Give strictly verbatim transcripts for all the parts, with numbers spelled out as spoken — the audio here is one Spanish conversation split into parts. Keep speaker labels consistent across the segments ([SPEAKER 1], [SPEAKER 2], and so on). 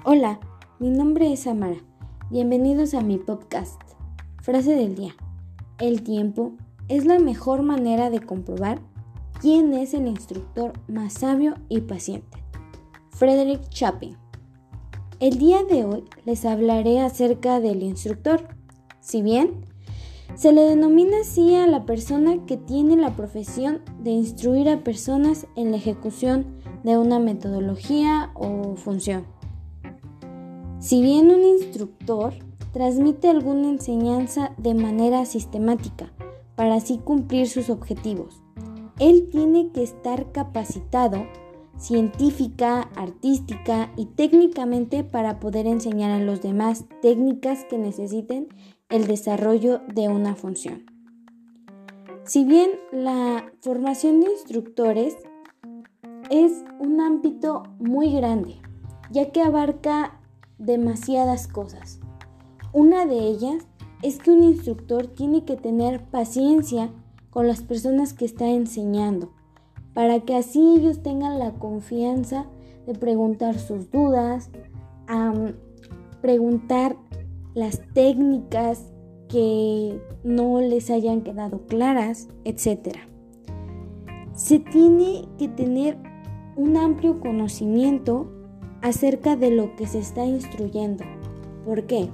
[SPEAKER 1] Hola, mi nombre es Samara. Bienvenidos a mi podcast. Frase del día. El tiempo es la mejor manera de comprobar quién es el instructor más sabio y paciente. Frederick Chopin. El día de hoy les hablaré acerca del instructor. Si bien se le denomina así a la persona que tiene la profesión de instruir a personas en la ejecución de una metodología o función. Si bien un instructor transmite alguna enseñanza de manera sistemática para así cumplir sus objetivos, él tiene que estar capacitado científica, artística y técnicamente para poder enseñar a los demás técnicas que necesiten el desarrollo de una función. Si bien la formación de instructores es un ámbito muy grande, ya que abarca demasiadas cosas. Una de ellas es que un instructor tiene que tener paciencia con las personas que está enseñando, para que así ellos tengan la confianza de preguntar sus dudas, um, preguntar las técnicas que no les hayan quedado claras, etcétera. Se tiene que tener un amplio conocimiento acerca de lo que se está instruyendo. ¿Por qué?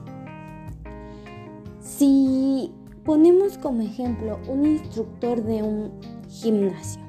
[SPEAKER 1] Si ponemos como ejemplo un instructor de un gimnasio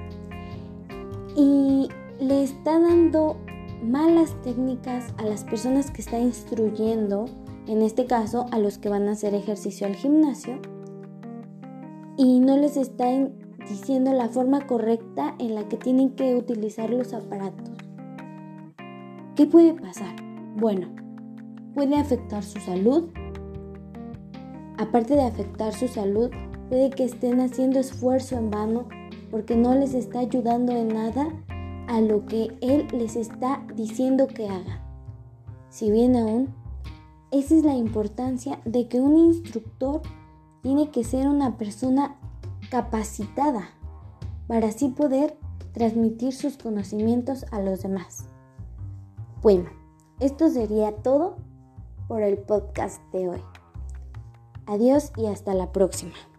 [SPEAKER 1] y le está dando malas técnicas a las personas que está instruyendo, en este caso a los que van a hacer ejercicio al gimnasio, y no les está diciendo la forma correcta en la que tienen que utilizar los aparatos, ¿qué puede pasar? Bueno, puede afectar su salud. Aparte de afectar su salud, puede que estén haciendo esfuerzo en vano porque no les está ayudando en nada a lo que él les está diciendo que hagan. Si bien aún, esa es la importancia de que un instructor tiene que ser una persona capacitada para así poder transmitir sus conocimientos a los demás. Bueno, esto sería todo por el podcast de hoy. Adiós y hasta la próxima.